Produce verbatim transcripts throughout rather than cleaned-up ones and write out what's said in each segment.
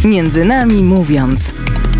Między nami mówiąc.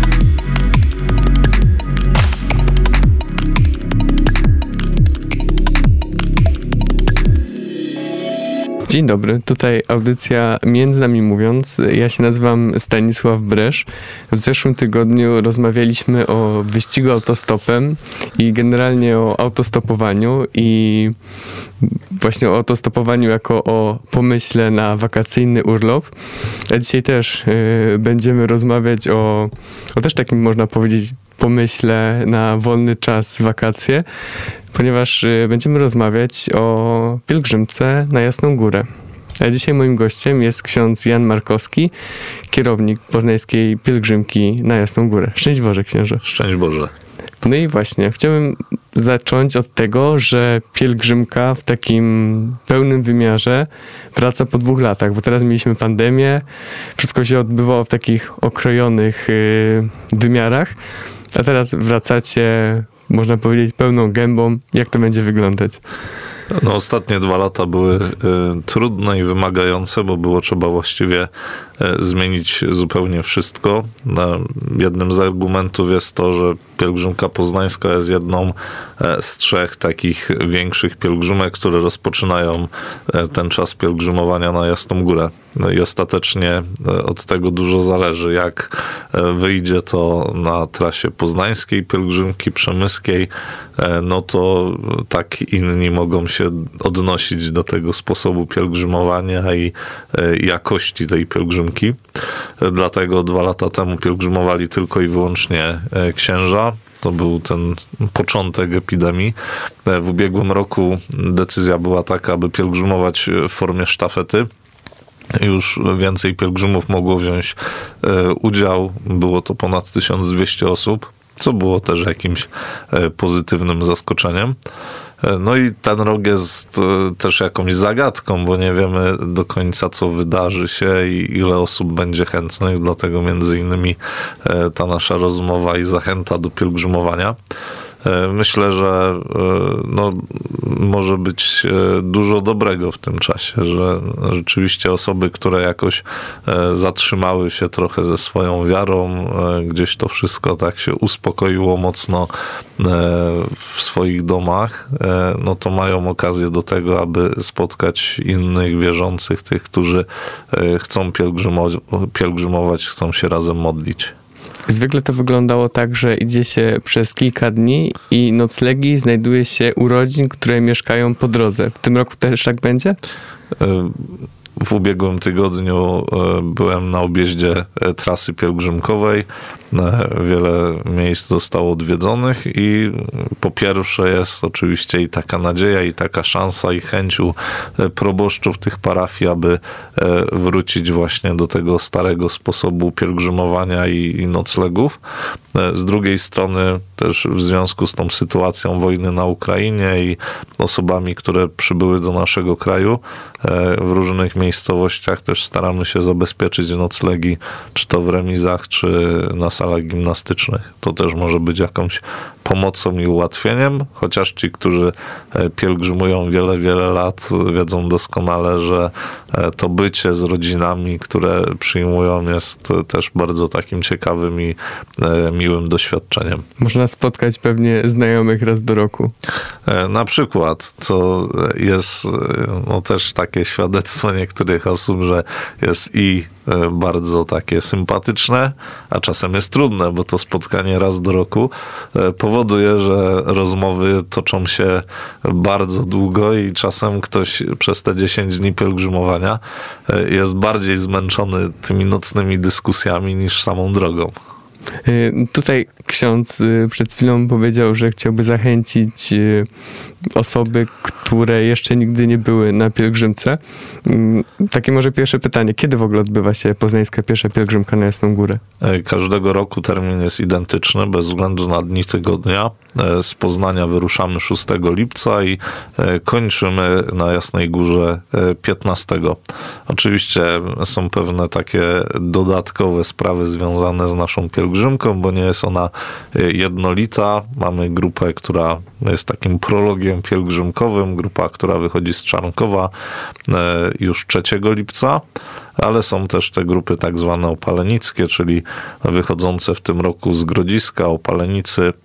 Dzień dobry, tutaj audycja Między nami mówiąc. Ja się nazywam Stanisław Bresz. W zeszłym tygodniu rozmawialiśmy o wyścigu autostopem i generalnie o autostopowaniu i właśnie o autostopowaniu jako o pomyśle na wakacyjny urlop. A dzisiaj też y, będziemy rozmawiać o, o też takim, można powiedzieć, pomyśle na wolny czas, wakacje, ponieważ y, będziemy rozmawiać o pielgrzymce na Jasną Górę. A dzisiaj moim gościem jest ksiądz Jan Markowski, kierownik poznańskiej pielgrzymki na Jasną Górę. Szczęść Boże, księże. Szczęść Boże. No i właśnie, chciałbym zacząć od tego, że pielgrzymka w takim pełnym wymiarze wraca po dwóch latach, bo teraz mieliśmy pandemię, wszystko się odbywało w takich okrojonych y, wymiarach, a teraz wracacie, można powiedzieć, pełną gębą. Jak to będzie wyglądać? No, ostatnie dwa lata były y, trudne i wymagające, bo było trzeba właściwie y, zmienić zupełnie wszystko. Y, jednym z argumentów jest to, że pielgrzymka poznańska jest jedną y, z trzech takich większych pielgrzymek, które rozpoczynają y, ten czas pielgrzymowania na Jasną Górę. No i ostatecznie y, od tego dużo zależy, jak y, wyjdzie to na trasie poznańskiej pielgrzymki, przemyskiej, y, no to y, tak inni mogą się odnosić do tego sposobu pielgrzymowania i y, jakości tej pielgrzymki. Y, dlatego dwa lata temu pielgrzymowali tylko i wyłącznie y, księża. To był ten początek epidemii. W ubiegłym roku decyzja była taka, aby pielgrzymować w formie sztafety. Już więcej pielgrzymów mogło wziąć udział. Było to ponad tysiąc dwieście osób, co było też jakimś pozytywnym zaskoczeniem. No i ten rok jest też jakąś zagadką, bo nie wiemy do końca, co wydarzy się i ile osób będzie chętnych, dlatego między innymi ta nasza rozmowa i zachęta do pielgrzymowania. Myślę, że no, może być dużo dobrego w tym czasie, że rzeczywiście osoby, które jakoś zatrzymały się trochę ze swoją wiarą, gdzieś to wszystko tak się uspokoiło mocno w swoich domach, no to mają okazję do tego, aby spotkać innych wierzących, tych, którzy chcą pielgrzymować, pielgrzymować chcą się razem modlić. Zwykle to wyglądało tak, że idzie się przez kilka dni i noclegi znajduje się u rodzin, które mieszkają po drodze. W tym roku też tak będzie? W ubiegłym tygodniu byłem na objeździe trasy pielgrzymkowej. Wiele miejsc zostało odwiedzonych i po pierwsze jest oczywiście i taka nadzieja, i taka szansa, i chęć u proboszczów tych parafii, aby wrócić właśnie do tego starego sposobu pielgrzymowania i, i noclegów. Z drugiej strony też w związku z tą sytuacją wojny na Ukrainie i osobami, które przybyły do naszego kraju, w różnych miejscowościach też staramy się zabezpieczyć noclegi, czy to w remizach, czy na salach gimnastycznych. To też może być jakąś pomocą i ułatwieniem, chociaż ci, którzy pielgrzymują wiele, wiele lat, wiedzą doskonale, że to bycie z rodzinami, które przyjmują, jest też bardzo takim ciekawym i miłym doświadczeniem. Można spotkać pewnie znajomych raz do roku. Na przykład, co jest no, też takie świadectwo niektórych osób, że jest i bardzo takie sympatyczne, a czasem jest trudne, bo to spotkanie raz do roku powoduje, że rozmowy toczą się bardzo długo i czasem ktoś przez te dziesięć dni pielgrzymowania jest bardziej zmęczony tymi nocnymi dyskusjami niż samą drogą. Tutaj ksiądz przed chwilą powiedział, że chciałby zachęcić osoby, które jeszcze nigdy nie były na pielgrzymce. Takie może pierwsze pytanie. Kiedy w ogóle odbywa się poznańska pierwsza pielgrzymka na Jasną Górę? Każdego roku termin jest identyczny, bez względu na dni tygodnia. Z Poznania wyruszamy szóstego lipca i kończymy na Jasnej Górze piętnastego. Oczywiście są pewne takie dodatkowe sprawy związane z naszą pielgrzymką, bo nie jest ona jednolita. Mamy grupę, która jest takim prologiem pielgrzymkowym, grupa, która wychodzi z Czarnkowa już trzeciego lipca, ale są też te grupy tak zwane opalenickie, czyli wychodzące w tym roku z Grodziska, Opalenicy,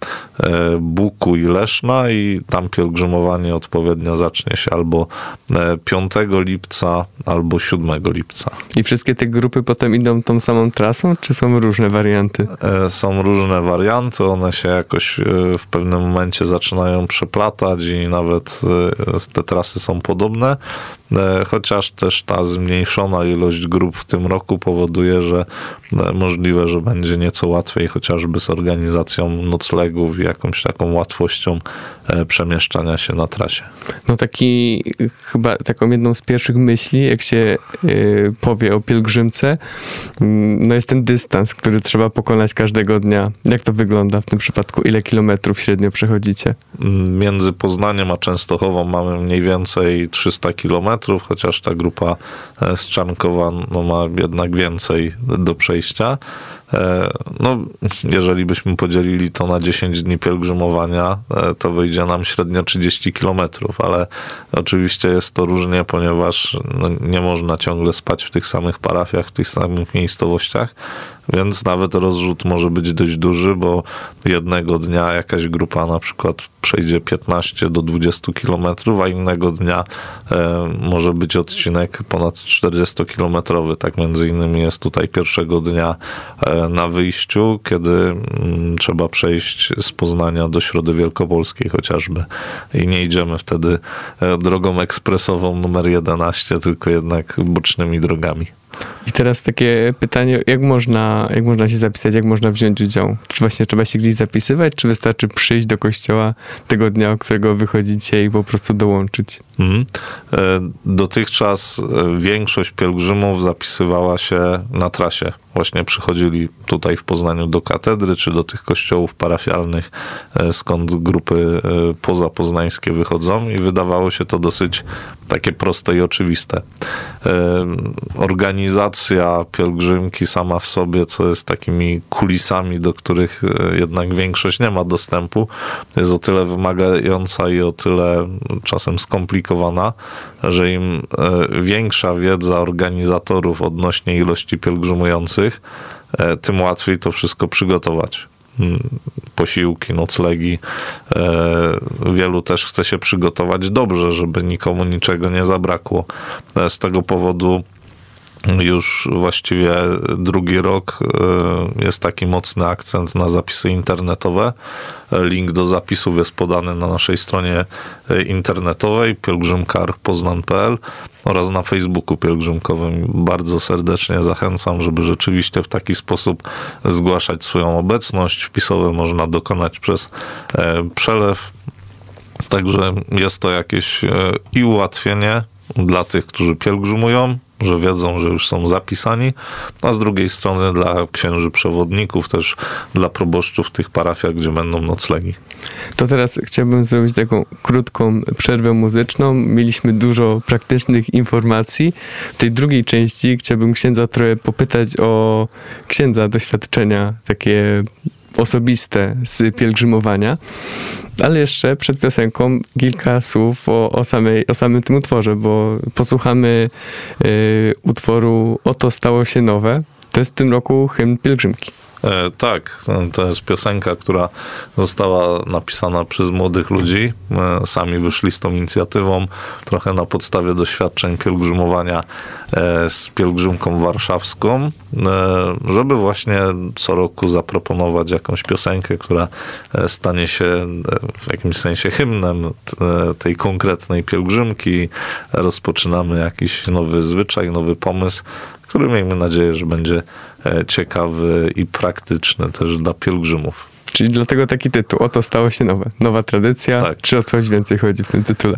Buku i Leszna i tam pielgrzymowanie odpowiednio zacznie się albo piątego lipca, albo siódmego lipca. I wszystkie te grupy potem idą tą samą trasą, czy są różne warianty? Są różne warianty, one się jakoś w pewnym momencie zaczynają przeplatać i nawet te trasy są podobne, chociaż też ta zmniejszona ilość grup w tym roku powoduje, że możliwe, że będzie nieco łatwiej chociażby z organizacją noclegów i jakąś taką łatwością przemieszczania się na trasie. No taki chyba taką jedną z pierwszych myśli, jak się y, powie o pielgrzymce, no jest ten dystans, który trzeba pokonać każdego dnia. Jak to wygląda w tym przypadku? Ile kilometrów średnio przechodzicie? Między Poznaniem a Częstochową mamy mniej więcej trzysta kilometrów, chociaż ta grupa z Czarnkowa no, ma jednak więcej do przejścia. No, jeżeli byśmy podzielili to na dziesięć dni pielgrzymowania, to wyjdzie nam średnio trzydzieści kilometrów, ale oczywiście jest to różnie, ponieważ no, nie można ciągle spać w tych samych parafiach, w tych samych miejscowościach, więc nawet rozrzut może być dość duży, bo jednego dnia jakaś grupa na przykład przejdzie piętnaście do dwudziestu kilometrów, a innego dnia e, może być odcinek ponad czterdziestokilometrowy. Tak między innymi jest tutaj pierwszego dnia e, na wyjściu, kiedy m, trzeba przejść z Poznania do Środy Wielkopolskiej chociażby. I nie idziemy wtedy e, drogą ekspresową numer jedenaście, tylko jednak bocznymi drogami. I teraz takie pytanie, jak można, jak można się zapisać, jak można wziąć udział? Czy właśnie trzeba się gdzieś zapisywać, czy wystarczy przyjść do kościoła tego dnia, o którego wychodzicie i po prostu dołączyć? Mm. Dotychczas większość pielgrzymów zapisywała się na trasie. Właśnie przychodzili tutaj w Poznaniu do katedry, czy do tych kościołów parafialnych, skąd grupy pozapoznańskie wychodzą i wydawało się to dosyć takie proste i oczywiste. Organizacja pielgrzymki sama w sobie, co jest takimi kulisami, do których jednak większość nie ma dostępu, jest o tyle wymagająca i o tyle czasem skomplikowana, że im większa wiedza organizatorów odnośnie ilości pielgrzymujących, tym łatwiej to wszystko przygotować. Posiłki, noclegi. Wielu też chce się przygotować dobrze, żeby nikomu niczego nie zabrakło. Z tego powodu już właściwie drugi rok jest taki mocny akcent na zapisy internetowe. Link do zapisów jest podany na naszej stronie internetowej pielgrzymkar poznan kropka p l oraz na Facebooku pielgrzymkowym. Bardzo serdecznie zachęcam, żeby rzeczywiście w taki sposób zgłaszać swoją obecność. Wpisowe można dokonać przez przelew. Także jest to jakieś i ułatwienie dla tych, którzy pielgrzymują, że wiedzą, że już są zapisani, a z drugiej strony dla księży przewodników, też dla proboszczów w tych parafiach, gdzie będą noclegi. To teraz chciałbym zrobić taką krótką przerwę muzyczną. Mieliśmy dużo praktycznych informacji. W tej drugiej części chciałbym księdza trochę popytać o księdza doświadczenia takie osobiste z pielgrzymowania. Ale jeszcze przed piosenką kilka słów o, o, samej, o samym tym utworze, bo posłuchamy y, utworu Oto stało się nowe. To jest w tym roku hymn pielgrzymki. E, tak, to jest piosenka, która została napisana przez młodych ludzi. E, sami wyszli z tą inicjatywą, trochę na podstawie doświadczeń pielgrzymowania e, z pielgrzymką warszawską, e, żeby właśnie co roku zaproponować jakąś piosenkę, która stanie się w jakimś sensie hymnem t, tej konkretnej pielgrzymki. Rozpoczynamy jakiś nowy zwyczaj, nowy pomysł, który miejmy nadzieję, że będzie ciekawy i praktyczny też dla pielgrzymów. Czyli dlatego taki tytuł. Oto stało się nowe. Nowa tradycja. Tak. Czy o coś więcej chodzi w tym tytule?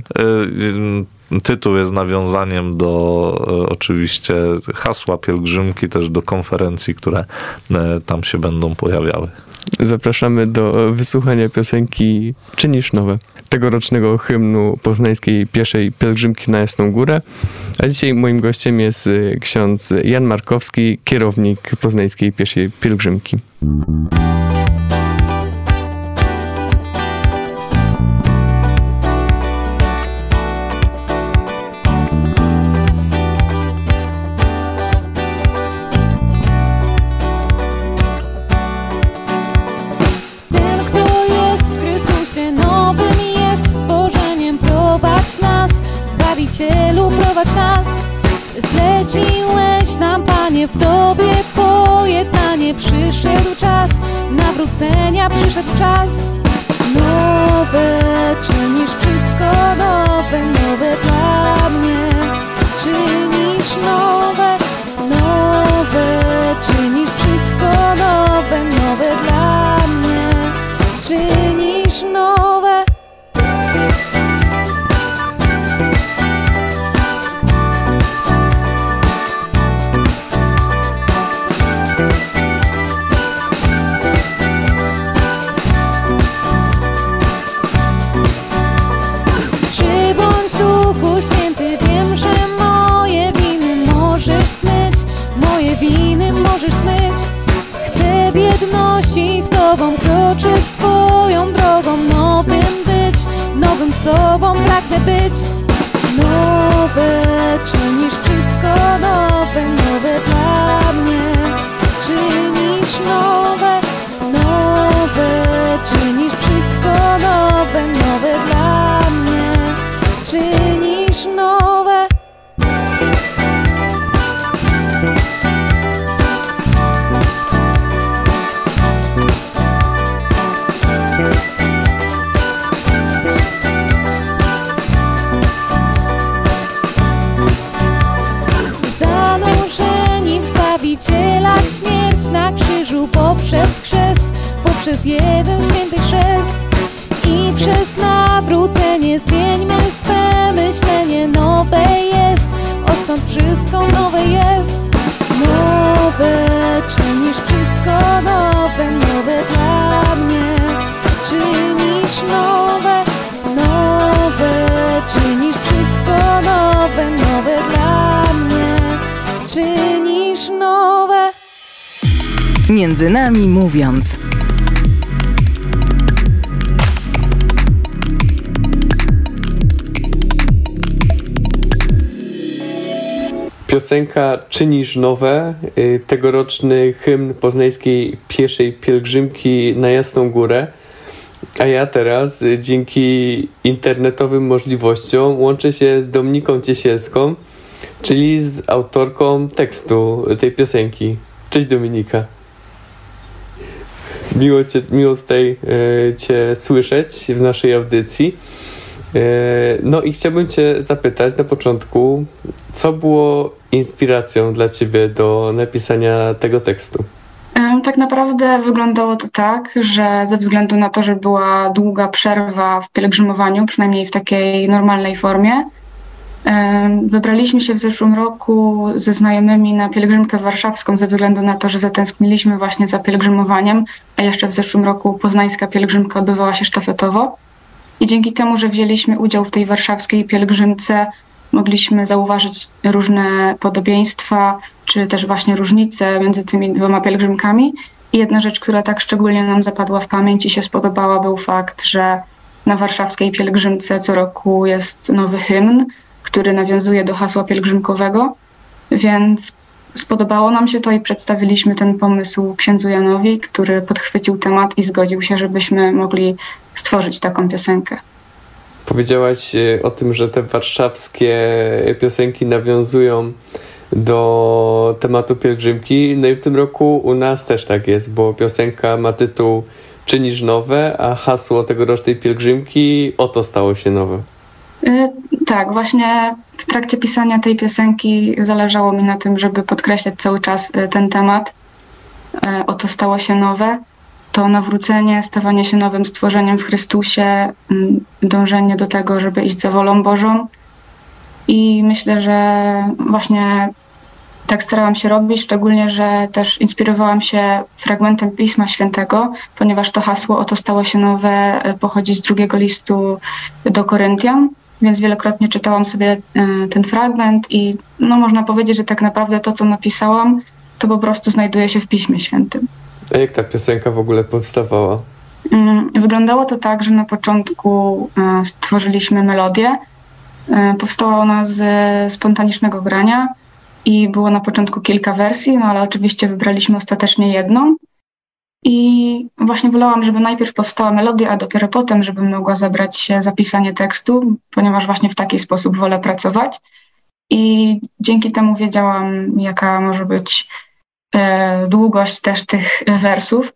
Tytuł jest nawiązaniem do oczywiście hasła pielgrzymki, też do konferencji, które tam się będą pojawiały. Zapraszamy do wysłuchania piosenki Czynisz nowe, tegorocznego hymnu poznańskiej pieszej pielgrzymki na Jasną Górę. A dzisiaj moim gościem jest ksiądz Jan Markowski, kierownik poznańskiej pieszej pielgrzymki. uratować nas. Zleciłeś nam, Panie, w Tobie pojednanie. Przyszedł czas nawrócenia, przyszedł czas. Nowe czynisz wszystko nowe, nowe dla mnie. Czynisz nowe, nowe, czynisz wszystko nowe, nowe dla mnie. Czynisz nowe. Przybądź, Duchu Święty, wiem, że moje winy możesz zmyć, moje winy możesz zmyć. Chcę w jedności z Tobą kroczyć Twoją drogą, nowym być, nowym sobą pragnę być. Nowe czynisz wszystko nowe, nowe dla mnie. Czynisz nowe, nowe, czynisz wszystko nowe, nowe dla mnie. Czynisz nowe. Zanurzeni w Zbawiciela śmierć na krzyżu, poprzez chrzest, poprzez jeden święty chrzest i przez nawrócenie zmieńmy swe myślenie. Nowe jest, odtąd wszystko nowe jest. Nowe czynisz wszystko nowe, nowe dla mnie. Czynisz nowe, nowe, czynisz wszystko nowe, nowe dla mnie. Czynisz nowe. Między nami mówiąc. Piosenka Czynisz nowe, tegoroczny hymn poznańskiej pieszej pielgrzymki na Jasną Górę. A ja teraz dzięki internetowym możliwościom łączę się z Dominiką Ciesielską, czyli z autorką tekstu tej piosenki. Cześć Dominika. Miło, cię, miło tutaj e, Cię słyszeć w naszej audycji. E, no i chciałbym Cię zapytać na początku, co było inspiracją dla Ciebie do napisania tego tekstu? Tak naprawdę wyglądało to tak, że ze względu na to, że była długa przerwa w pielgrzymowaniu, przynajmniej w takiej normalnej formie, wybraliśmy się w zeszłym roku ze znajomymi na pielgrzymkę warszawską ze względu na to, że zatęskniliśmy właśnie za pielgrzymowaniem, a jeszcze w zeszłym roku poznańska pielgrzymka odbywała się sztafetowo. I dzięki temu, że wzięliśmy udział w tej warszawskiej pielgrzymce, mogliśmy zauważyć różne podobieństwa, czy też właśnie różnice między tymi dwoma pielgrzymkami. I jedna rzecz, która tak szczególnie nam zapadła w pamięć i się spodobała, był fakt, że na warszawskiej pielgrzymce co roku jest nowy hymn, który nawiązuje do hasła pielgrzymkowego, więc spodobało nam się to i przedstawiliśmy ten pomysł księdzu Janowi, który podchwycił temat i zgodził się, żebyśmy mogli stworzyć taką piosenkę. Powiedziałaś o tym, że te warszawskie piosenki nawiązują do tematu pielgrzymki. No i w tym roku u nas też tak jest, bo piosenka ma tytuł Czynisz nowe, a hasło tegorocznej pielgrzymki Oto stało się nowe. Yy, tak, właśnie w trakcie pisania tej piosenki zależało mi na tym, żeby podkreślać cały czas ten temat. Yy, Oto stało się nowe. To nawrócenie, stawanie się nowym stworzeniem w Chrystusie, dążenie do tego, żeby iść za wolą Bożą. I myślę, że właśnie tak starałam się robić, szczególnie, że też inspirowałam się fragmentem Pisma Świętego, ponieważ to hasło Oto stało się nowe pochodzi z drugiego listu do Koryntian, więc wielokrotnie czytałam sobie ten fragment i no, można powiedzieć, że tak naprawdę to, co napisałam, to po prostu znajduje się w Piśmie Świętym. A jak ta piosenka w ogóle powstawała? Wyglądało to tak, że na początku stworzyliśmy melodię. Powstała ona z spontanicznego grania i było na początku kilka wersji, no ale oczywiście wybraliśmy ostatecznie jedną. I właśnie wolałam, żeby najpierw powstała melodia, a dopiero potem, żebym mogła zabrać się za pisanie tekstu, ponieważ właśnie w taki sposób wolę pracować. i dzięki temu wiedziałam, jaka może być e, długość też tych wersów.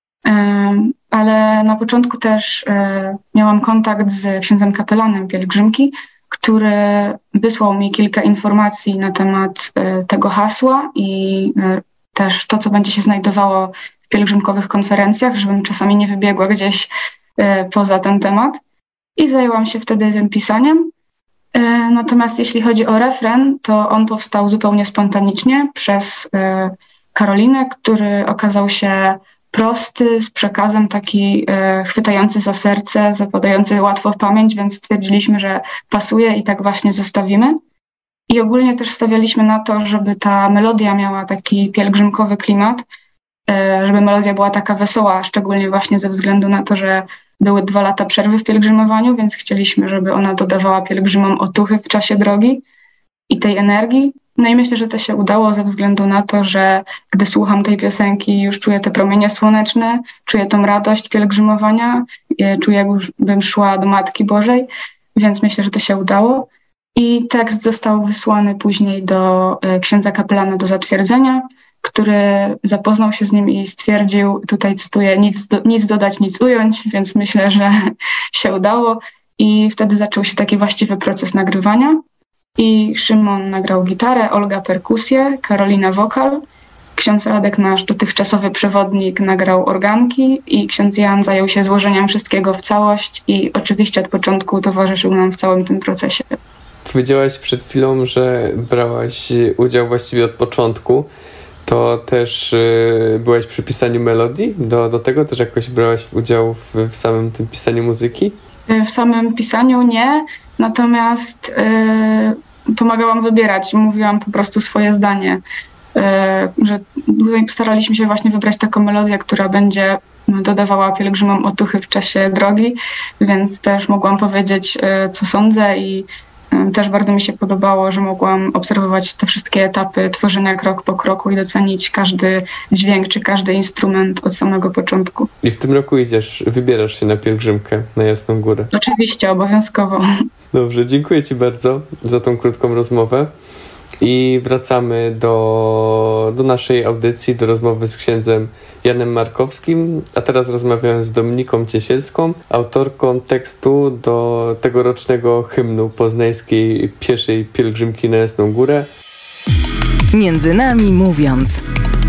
E, ale na początku też e, miałam kontakt z księdzem kapelanem pielgrzymki, który wysłał mi kilka informacji na temat e, tego hasła i e, też to, co będzie się znajdowało w pielgrzymkowych konferencjach, żebym czasami nie wybiegła gdzieś e, poza ten temat. I zajęłam się wtedy tym pisaniem. E, natomiast jeśli chodzi o refren, to on powstał zupełnie spontanicznie przez e, Karolinę, który okazał się prosty, z przekazem taki e, chwytający za serce, zapadający łatwo w pamięć, więc stwierdziliśmy, że pasuje i tak właśnie zostawimy. I ogólnie też stawialiśmy na to, żeby ta melodia miała taki pielgrzymkowy klimat, e, żeby melodia była taka wesoła, szczególnie właśnie ze względu na to, że były dwa lata przerwy w pielgrzymowaniu, więc chcieliśmy, żeby ona dodawała pielgrzymom otuchy w czasie drogi i tej energii. No i myślę, że to się udało ze względu na to, że gdy słucham tej piosenki, już czuję te promienie słoneczne, czuję tą radość pielgrzymowania, czuję, jakbym szła do Matki Bożej, więc myślę, że to się udało. I tekst został wysłany później do księdza kapelana do zatwierdzenia, który zapoznał się z nim i stwierdził, tutaj cytuję, nic, do, nic dodać, nic ująć, więc myślę, że się udało. I wtedy zaczął się taki właściwy proces nagrywania. I Szymon nagrał gitarę, Olga perkusję, Karolina wokal, ksiądz Radek, nasz dotychczasowy przewodnik, nagrał organki i ksiądz Jan zajął się złożeniem wszystkiego w całość i oczywiście od początku towarzyszył nam w całym tym procesie. Powiedziałaś przed chwilą, że brałaś udział właściwie od początku. To też y, byłaś przy pisaniu melodii? Do, do tego też jakoś brałaś udział w, w samym tym pisaniu muzyki? W samym pisaniu nie, natomiast y, pomagałam wybierać, mówiłam po prostu swoje zdanie, y, że staraliśmy się właśnie wybrać taką melodię, która będzie dodawała pielgrzymom otuchy w czasie drogi, więc też mogłam powiedzieć, y, co sądzę i y, też bardzo mi się podobało, że mogłam obserwować te wszystkie etapy tworzenia krok po kroku i docenić każdy dźwięk czy każdy instrument od samego początku. I w tym roku idziesz, wybierasz się na pielgrzymkę na Jasną Górę. Oczywiście, obowiązkowo. Dobrze, dziękuję Ci bardzo za tą krótką rozmowę i wracamy do, do naszej audycji, do rozmowy z księdzem Janem Markowskim, a teraz rozmawiałem z Dominiką Ciesielską, autorką tekstu do tegorocznego hymnu poznańskiej pieszej pielgrzymki na Jasną Górę. Między nami mówiąc.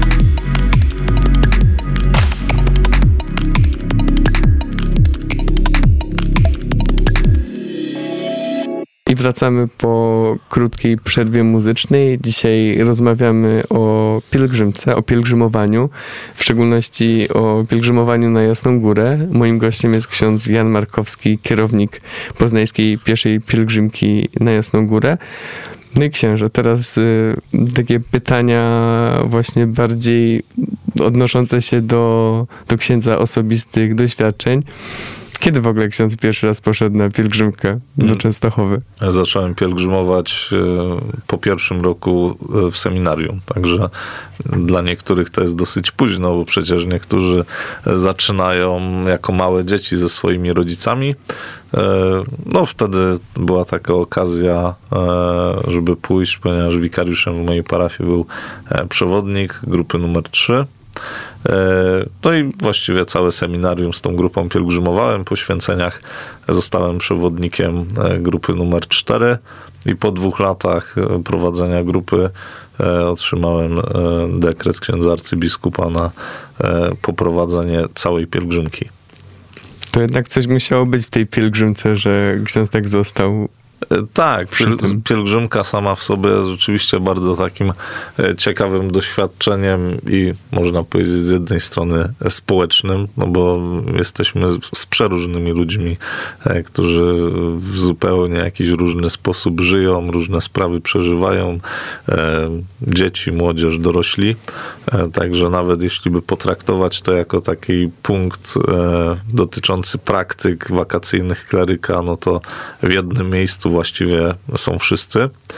I wracamy po krótkiej przerwie muzycznej. Dzisiaj rozmawiamy o pielgrzymce, o pielgrzymowaniu, w szczególności o pielgrzymowaniu na Jasną Górę. Moim gościem jest ksiądz Jan Markowski, kierownik poznańskiej pieszej pielgrzymki na Jasną Górę. No i księże, teraz y, takie pytania właśnie bardziej odnoszące się do, do księdza osobistych doświadczeń. Kiedy w ogóle ksiądz pierwszy raz poszedł na pielgrzymkę do Częstochowy? Ja zacząłem pielgrzymować po pierwszym roku w seminarium, także dla niektórych to jest dosyć późno, bo przecież niektórzy zaczynają jako małe dzieci ze swoimi rodzicami. No wtedy była taka okazja, żeby pójść, ponieważ wikariuszem w mojej parafii był przewodnik grupy numer trzy. No i właściwie całe seminarium z tą grupą pielgrzymowałem. Po święceniach zostałem przewodnikiem grupy numer cztery i po dwóch latach prowadzenia grupy otrzymałem dekret księdza arcybiskupa na poprowadzenie całej pielgrzymki. To jednak coś musiało być w tej pielgrzymce, że ksiądz tak został. Tak, pielgrzymka sama w sobie jest rzeczywiście bardzo takim ciekawym doświadczeniem i można powiedzieć z jednej strony społecznym, no bo jesteśmy z przeróżnymi ludźmi, którzy w zupełnie jakiś różny sposób żyją, różne sprawy przeżywają, dzieci, młodzież, dorośli, także nawet jeśli by potraktować to jako taki punkt dotyczący praktyk wakacyjnych kleryka, no to w jednym miejscu właściwie są wszyscy.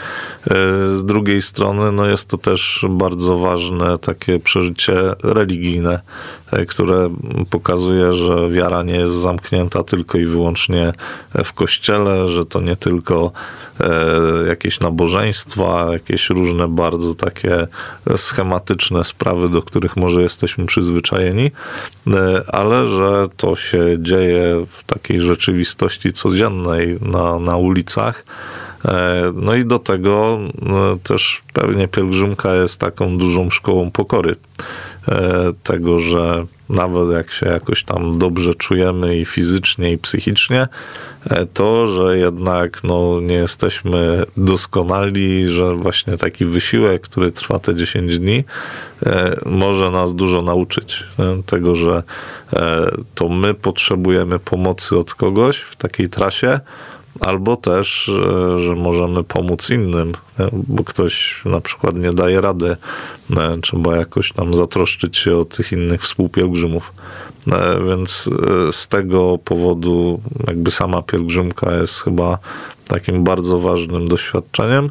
Z drugiej strony, no jest to też bardzo ważne takie przeżycie religijne, które pokazuje, że wiara nie jest zamknięta tylko i wyłącznie w kościele, że to nie tylko jakieś nabożeństwa, jakieś różne bardzo takie schematyczne sprawy, do których może jesteśmy przyzwyczajeni, ale że to się dzieje w takiej rzeczywistości codziennej na, na ulicach. No i do tego też pewnie pielgrzymka jest taką dużą szkołą pokory. Tego, że nawet jak się jakoś tam dobrze czujemy i fizycznie, i psychicznie, to, że jednak no, nie jesteśmy doskonali, że właśnie taki wysiłek, który trwa te dziesięć dni, może nas dużo nauczyć. Tego, że to my potrzebujemy pomocy od kogoś w takiej trasie, albo też, że możemy pomóc innym, bo ktoś na przykład nie daje rady. Trzeba jakoś tam zatroszczyć się o tych innych współpielgrzymów. Więc z tego powodu jakby sama pielgrzymka jest chyba takim bardzo ważnym doświadczeniem,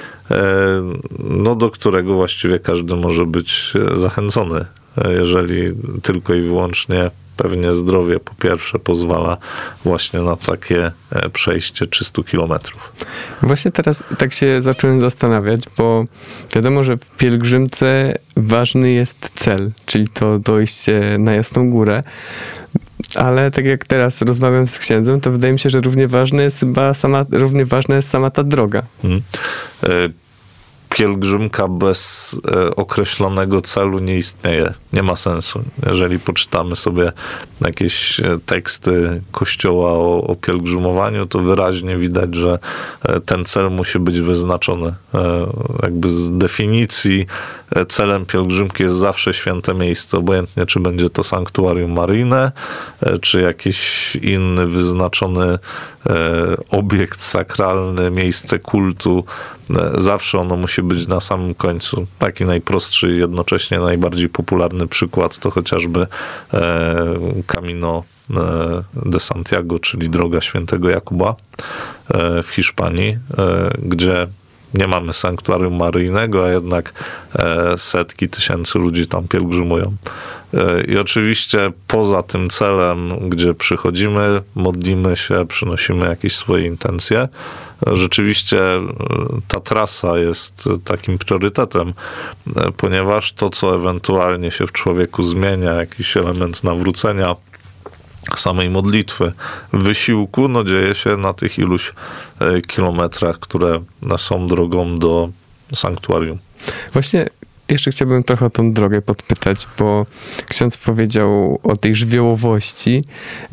no do którego właściwie każdy może być zachęcony, jeżeli tylko i wyłącznie pewnie zdrowie po pierwsze pozwala właśnie na takie przejście trzysta kilometrów. Właśnie teraz tak się zacząłem zastanawiać, bo wiadomo, że w pielgrzymce ważny jest cel, czyli to dojście na Jasną Górę. Ale tak jak teraz rozmawiam z księdzem, to wydaje mi się, że równie ważna jest chyba sama, równie ważna jest sama ta droga. Hmm. Pielgrzymka bez określonego celu nie istnieje. Nie ma sensu. Jeżeli poczytamy sobie jakieś teksty Kościoła o, o pielgrzymowaniu, to wyraźnie widać, że ten cel musi być wyznaczony. Jakby z definicji celem pielgrzymki jest zawsze święte miejsce, obojętnie czy będzie to sanktuarium maryjne, czy jakiś inny wyznaczony obiekt sakralny, miejsce kultu. Zawsze ono musi być na samym końcu. Taki najprostszy i jednocześnie najbardziej popularny przykład to chociażby Camino de Santiago, czyli droga świętego Jakuba w Hiszpanii, gdzie nie mamy sanktuarium maryjnego, a jednak setki tysięcy ludzi tam pielgrzymują. I oczywiście poza tym celem, gdzie przychodzimy, modlimy się, przynosimy jakieś swoje intencje, rzeczywiście ta trasa jest takim priorytetem, ponieważ to, co ewentualnie się w człowieku zmienia, jakiś element nawrócenia, samej modlitwy, wysiłku, no dzieje się na tych iluś kilometrach, które są drogą do sanktuarium. Właśnie jeszcze chciałbym trochę o tą drogę podpytać, bo ksiądz powiedział o tej żywiołowości,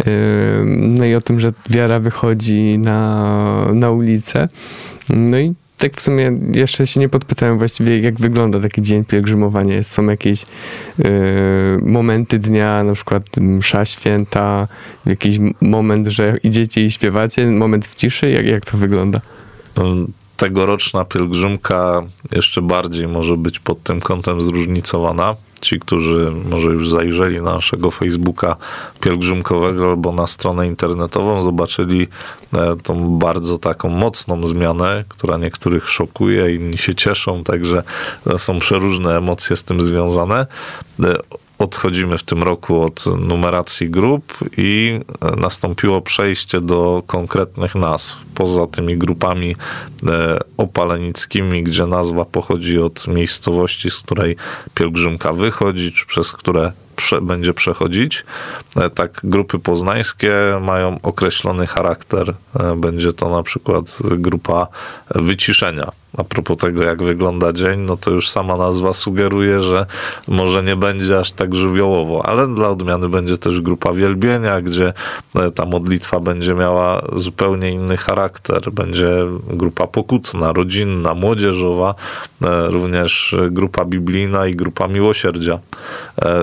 no i o tym, że wiara wychodzi na, na ulicę. No i tak w sumie jeszcze się nie podpytałem właściwie, jak wygląda taki dzień pielgrzymowania. Są jakieś y, momenty dnia, na przykład msza święta, jakiś moment, że idziecie i śpiewacie, moment w ciszy, jak, jak to wygląda? Tegoroczna pielgrzymka jeszcze bardziej może być pod tym kątem zróżnicowana. Ci, którzy może już zajrzeli na naszego Facebooka pielgrzymkowego albo na stronę internetową, zobaczyli tą bardzo taką mocną zmianę, która niektórych szokuje, inni się cieszą, także są przeróżne emocje z tym związane. Odchodzimy w tym roku od numeracji grup i nastąpiło przejście do konkretnych nazw. Poza tymi grupami opalenickimi, gdzie nazwa pochodzi od miejscowości, z której pielgrzymka wychodzi, czy przez które prze, będzie przechodzić. Tak, grupy poznańskie mają określony charakter. Będzie to na przykład grupa wyciszenia. A propos tego, jak wygląda dzień, no to już sama nazwa sugeruje, że może nie będzie aż tak żywiołowo, ale dla odmiany będzie też grupa wielbienia, gdzie ta modlitwa będzie miała zupełnie inny charakter. Będzie grupa pokutna, rodzinna, młodzieżowa, również grupa biblijna i grupa miłosierdzia. W związku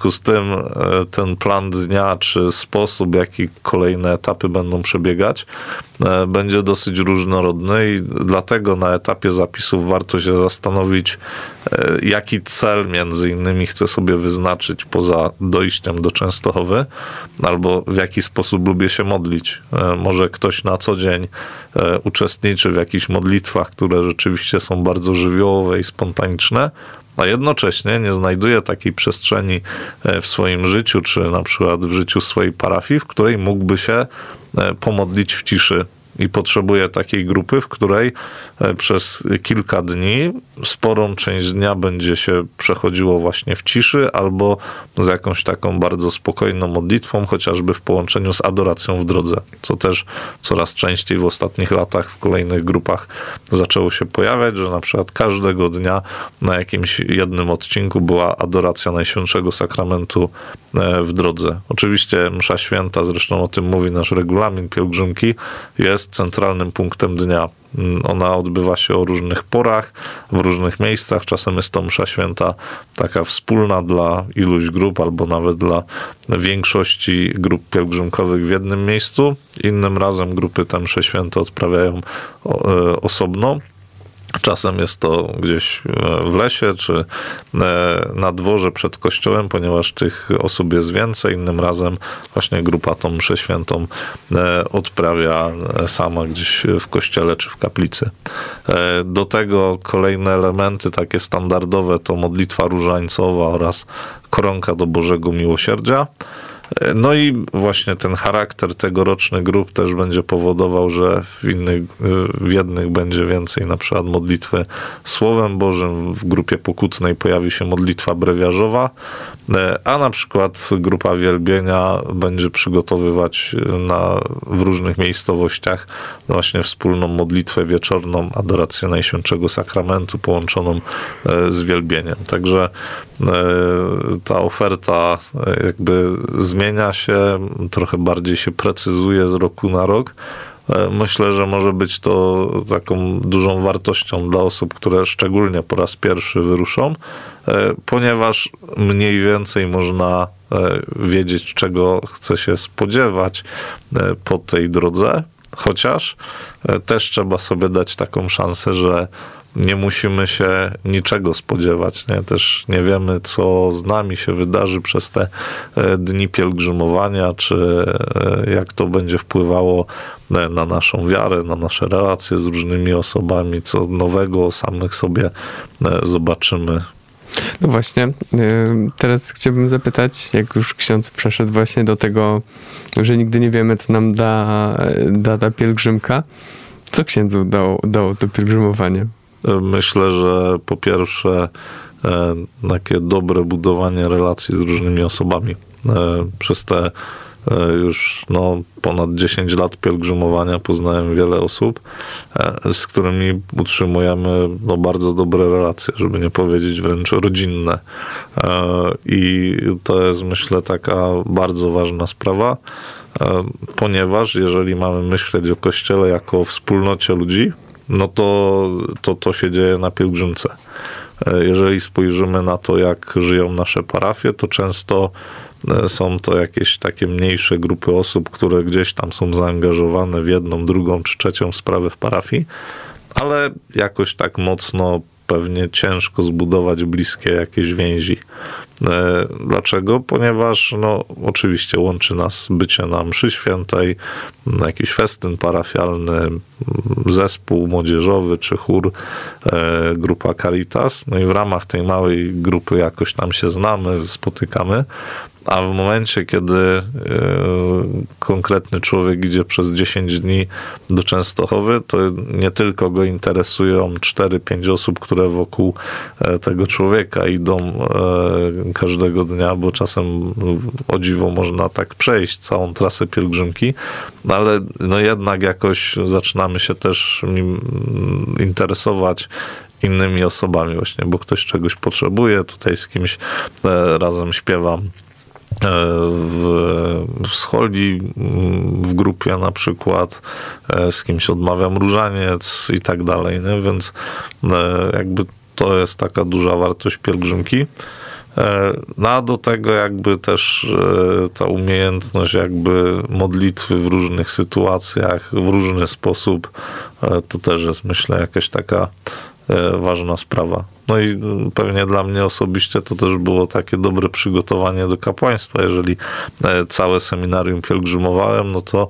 związku z tym ten plan dnia, czy sposób, jaki kolejne etapy będą przebiegać, będzie dosyć różnorodny i dlatego na etapie zapisów warto się zastanowić, jaki cel między innymi chcę sobie wyznaczyć poza dojściem do Częstochowy, albo w jaki sposób lubię się modlić. Może ktoś na co dzień uczestniczy w jakichś modlitwach, które rzeczywiście są bardzo żywiołowe i spontaniczne, a jednocześnie nie znajduje takiej przestrzeni w swoim życiu, czy na przykład w życiu swojej parafii, w której mógłby się pomodlić w ciszy. I potrzebuje takiej grupy, w której przez kilka dni sporą część dnia będzie się przechodziło właśnie w ciszy albo z jakąś taką bardzo spokojną modlitwą, chociażby w połączeniu z adoracją w drodze, co też coraz częściej w ostatnich latach w kolejnych grupach zaczęło się pojawiać, że na przykład każdego dnia na jakimś jednym odcinku była adoracja Najświętszego Sakramentu w drodze. Oczywiście msza święta, zresztą o tym mówi nasz regulamin pielgrzymki, jest centralnym punktem dnia. Ona odbywa się o różnych porach, w różnych miejscach. Czasem jest to msza święta taka wspólna dla iluś grup, albo nawet dla większości grup pielgrzymkowych w jednym miejscu. Innym razem grupy tę mszę świętą odprawiają osobno. Czasem jest to gdzieś w lesie, czy na dworze przed kościołem, ponieważ tych osób jest więcej. Innym razem właśnie grupa tą mszę świętą odprawia sama gdzieś w kościele, czy w kaplicy. Do tego kolejne elementy takie standardowe to modlitwa różańcowa oraz koronka do Bożego Miłosierdzia. No i właśnie ten charakter tegorocznych grup też będzie powodował, że w innych, w jednych będzie więcej na przykład modlitwy Słowem Bożym, w grupie pokutnej pojawi się modlitwa brewiarzowa, a na przykład grupa wielbienia będzie przygotowywać na, w różnych miejscowościach właśnie wspólną modlitwę wieczorną, adorację Najświętszego Sakramentu połączoną z wielbieniem. Także ta oferta jakby zmienia się, trochę bardziej się precyzuje z roku na rok. Myślę, że może być to taką dużą wartością dla osób, które szczególnie po raz pierwszy wyruszą, ponieważ mniej więcej można wiedzieć, czego chce się spodziewać po tej drodze, chociaż też trzeba sobie dać taką szansę, że nie musimy się niczego spodziewać. Nie? Też nie wiemy, co z nami się wydarzy przez te dni pielgrzymowania, czy jak to będzie wpływało na naszą wiarę, na nasze relacje z różnymi osobami, co nowego o samych sobie zobaczymy. No właśnie, teraz chciałbym zapytać, jak już ksiądz przeszedł właśnie do tego, że nigdy nie wiemy, co nam da, da ta pielgrzymka. Co księdzu dało, dało to pielgrzymowanie? Myślę, że po pierwsze takie dobre budowanie relacji z różnymi osobami. Przez te już no, ponad dziesięć lat pielgrzymowania poznałem wiele osób, z którymi utrzymujemy no, bardzo dobre relacje, żeby nie powiedzieć wręcz rodzinne. I to jest, myślę, taka bardzo ważna sprawa, ponieważ jeżeli mamy myśleć o Kościele jako o wspólnocie ludzi, no to, to to się dzieje na pielgrzymce. Jeżeli spojrzymy na to, jak żyją nasze parafie, to często są to jakieś takie mniejsze grupy osób, które gdzieś tam są zaangażowane w jedną, drugą czy trzecią sprawę w parafii, ale jakoś tak mocno pewnie ciężko zbudować bliskie jakieś więzi. Dlaczego? Ponieważ no, oczywiście łączy nas bycie na mszy świętej, jakiś festyn parafialny, zespół młodzieżowy czy chór, grupa Caritas. No i w ramach tej małej grupy jakoś tam się znamy, spotykamy. A w momencie, kiedy y, konkretny człowiek idzie przez dziesięć dni do Częstochowy, to nie tylko go interesują cztery pięć osób, które wokół tego człowieka idą y, każdego dnia, bo czasem o dziwo można tak przejść całą trasę pielgrzymki, ale no jednak jakoś zaczynamy się też nim interesować innymi osobami właśnie, bo ktoś czegoś potrzebuje, tutaj z kimś y, razem śpiewam w, w scholi, w grupie na przykład, z kimś odmawiam różaniec i tak dalej, nie? Więc jakby to jest taka duża wartość pielgrzymki. No a do tego jakby też ta umiejętność jakby modlitwy w różnych sytuacjach, w różny sposób, to też jest, myślę, jakaś taka ważna sprawa. No i pewnie dla mnie osobiście to też było takie dobre przygotowanie do kapłaństwa. Jeżeli całe seminarium pielgrzymowałem, no to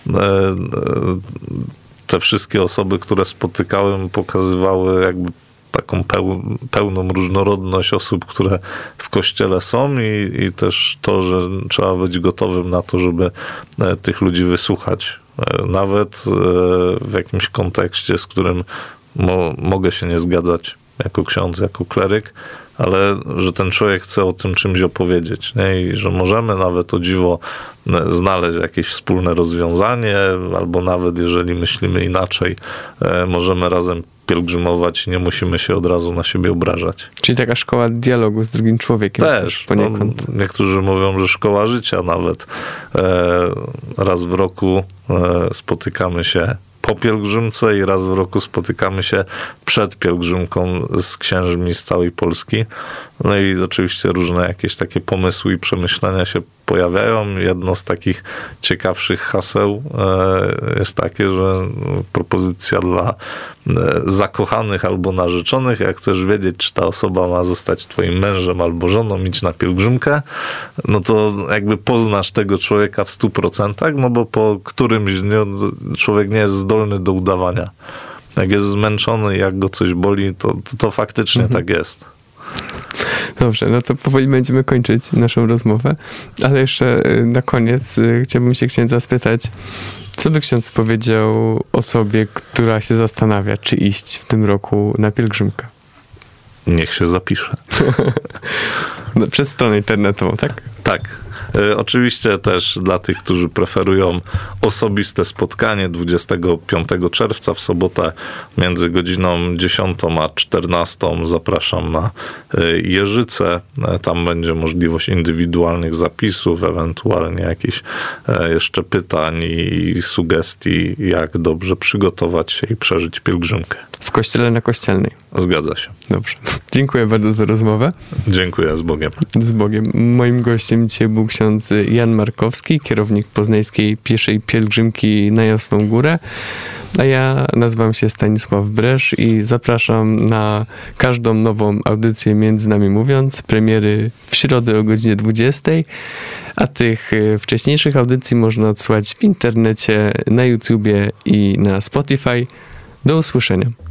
te wszystkie osoby, które spotykałem, pokazywały jakby taką peł, pełną różnorodność osób, które w kościele są i, i też to, że trzeba być gotowym na to, żeby tych ludzi wysłuchać. Nawet w jakimś kontekście, z którym mo, mogę się nie zgadzać jako ksiądz, jako kleryk, ale że ten człowiek chce o tym czymś opowiedzieć, nie? I że możemy nawet o dziwo znaleźć jakieś wspólne rozwiązanie, albo nawet jeżeli myślimy inaczej, możemy razem pielgrzymować i nie musimy się od razu na siebie obrażać. Czyli taka szkoła dialogu z drugim człowiekiem. Też, też poniekąd. No, niektórzy mówią, że szkoła życia nawet. Raz w roku spotykamy się po pielgrzymce i raz w roku spotykamy się przed pielgrzymką z księżmi z całej Polski. No i oczywiście różne jakieś takie pomysły i przemyślenia się pojawiają. Jedno z takich ciekawszych haseł jest takie, że propozycja dla zakochanych albo narzeczonych, jak chcesz wiedzieć, czy ta osoba ma zostać twoim mężem albo żoną, idź na pielgrzymkę, no to jakby poznasz tego człowieka w stu procentach, no bo po którymś dniu człowiek nie jest zdolny do udawania. Jak jest zmęczony, jak go coś boli, to, to, to faktycznie mhm. tak jest. Dobrze, no to powoli będziemy kończyć naszą rozmowę, ale jeszcze na koniec chciałbym się księdza spytać, co by ksiądz powiedział osobie, która się zastanawia, czy iść w tym roku na pielgrzymkę? Niech się zapisze. No, przez stronę internetową, tak? Tak. Oczywiście też dla tych, którzy preferują osobiste spotkanie dwudziestego piątego czerwca w sobotę między godziną dziesiątą a czternastą zapraszam na Jeżyce. Tam będzie możliwość indywidualnych zapisów, ewentualnie jakichś jeszcze pytań i sugestii, jak dobrze przygotować się i przeżyć pielgrzymkę. W kościele na Kościelnej. Zgadza się. Dobrze. Dziękuję bardzo za rozmowę. Dziękuję, z Bogiem. Z Bogiem. Moim gościem dzisiaj był ksiądz Jan Markowski, kierownik poznańskiej pieszej pielgrzymki na Jasną Górę. A ja nazywam się Stanisław Bresz i zapraszam na każdą nową audycję Między Nami Mówiąc, premiery w środę o godzinie dwudziestej, a tych wcześniejszych audycji można odsłuchać w internecie, na YouTubie i na Spotify. Do usłyszenia.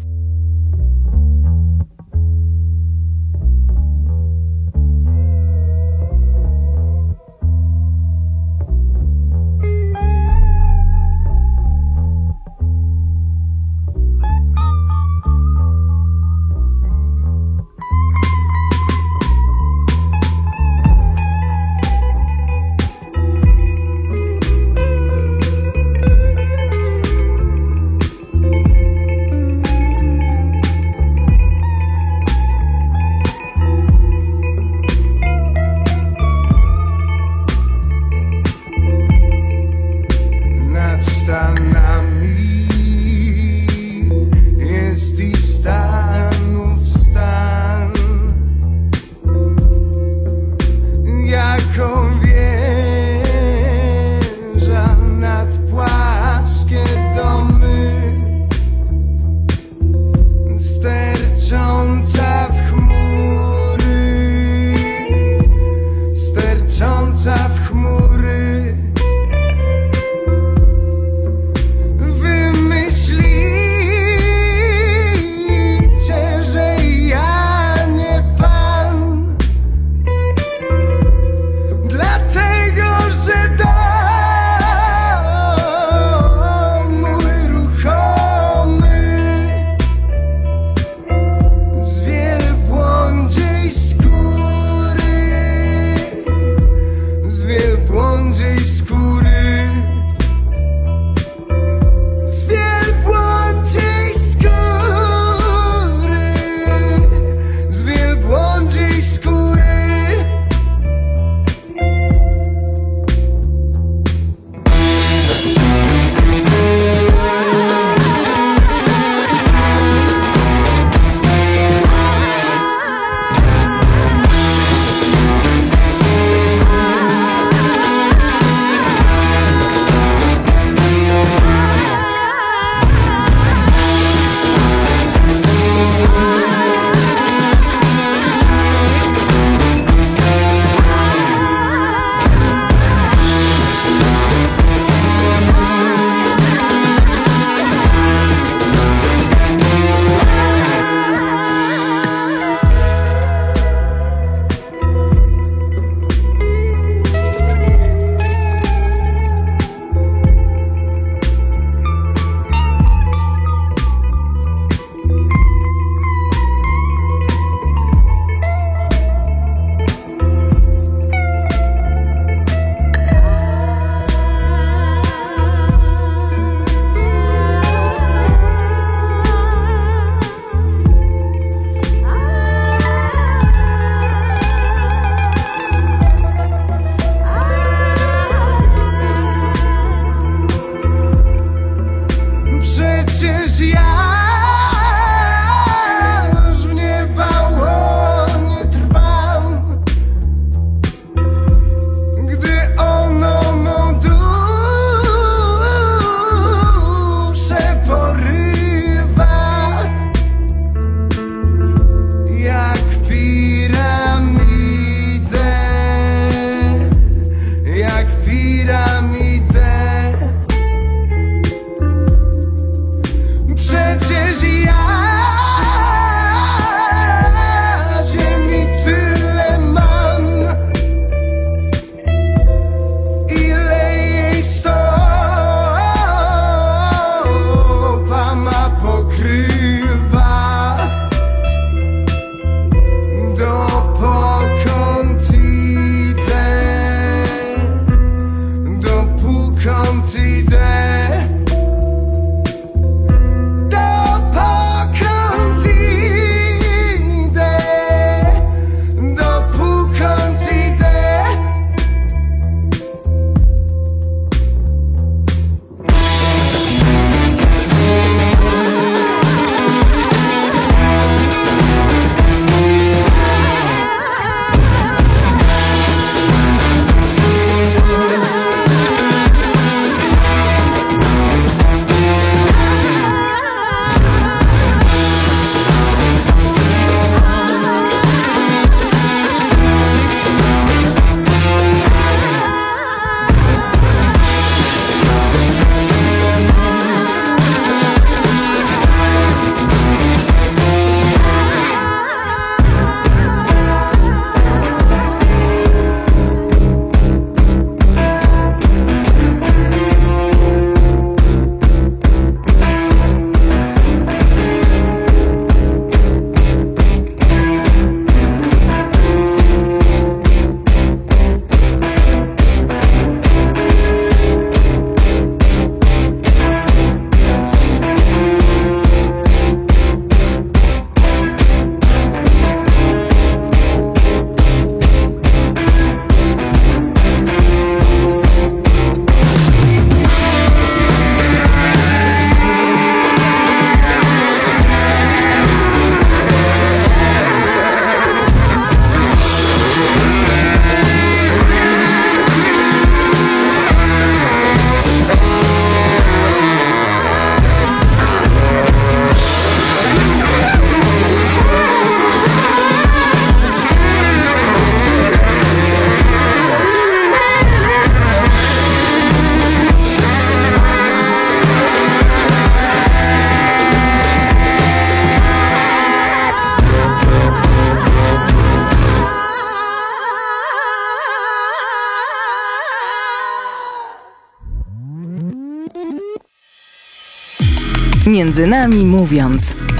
Między nami mówiąc.